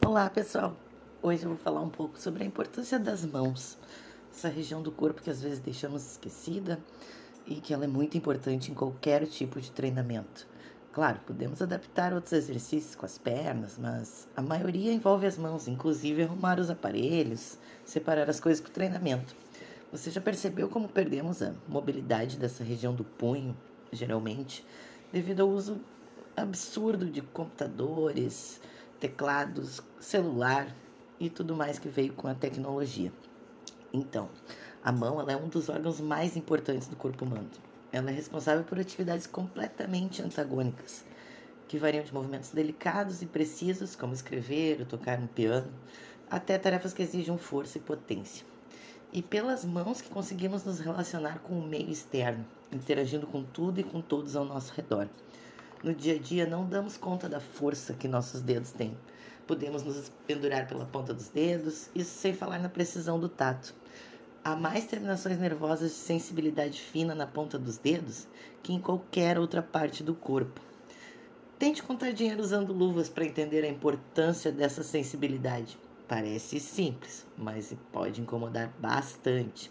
Olá, pessoal! Hoje eu vou falar um pouco sobre a importância das mãos, essa região do corpo que às vezes deixamos esquecida e que ela é muito importante em qualquer tipo de treinamento. Claro, podemos adaptar outros exercícios com as pernas, mas a maioria envolve as mãos, inclusive arrumar os aparelhos, separar as coisas para o treinamento. Você já percebeu como perdemos a mobilidade dessa região do punho, geralmente, devido ao uso absurdo de computadores, teclados, celular e tudo mais que veio com a tecnologia. Então, a mão ela é um dos órgãos mais importantes do corpo humano. Ela é responsável por atividades completamente antagônicas, que variam de movimentos delicados e precisos, como escrever ou tocar um piano, até tarefas que exigem força e potência. E pelas mãos que conseguimos nos relacionar com o meio externo, interagindo com tudo e com todos ao nosso redor. No dia a dia não damos conta da força que nossos dedos têm. Podemos nos pendurar pela ponta dos dedos, isso sem falar na precisão do tato. Há mais terminações nervosas de sensibilidade fina na ponta dos dedos que em qualquer outra parte do corpo. Tente contar dinheiro usando luvas para entender a importância dessa sensibilidade. Parece simples, mas pode incomodar bastante.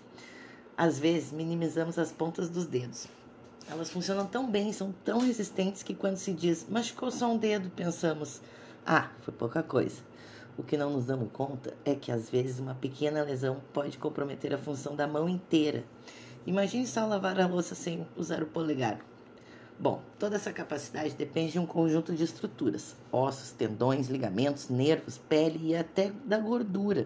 Às vezes, minimizamos as pontas dos dedos. Elas funcionam tão bem, são tão resistentes que quando se diz machucou só um dedo, pensamos, foi pouca coisa. O que não nos damos conta é que às vezes uma pequena lesão pode comprometer a função da mão inteira. Imagine só lavar a louça sem usar o polegar. Bom, toda essa capacidade depende de um conjunto de estruturas, ossos, tendões, ligamentos, nervos, pele e até da gordura.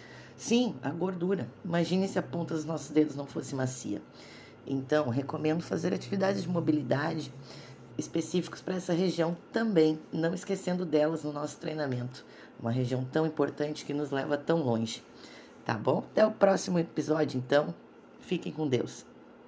Sim, a gordura. Imagine se a ponta dos nossos dedos não fosse macia. Então, recomendo fazer atividades de mobilidade específicos para essa região também, não esquecendo delas no nosso treinamento. Uma região tão importante que nos leva tão longe. Tá bom? Até o próximo episódio, então. Fiquem com Deus.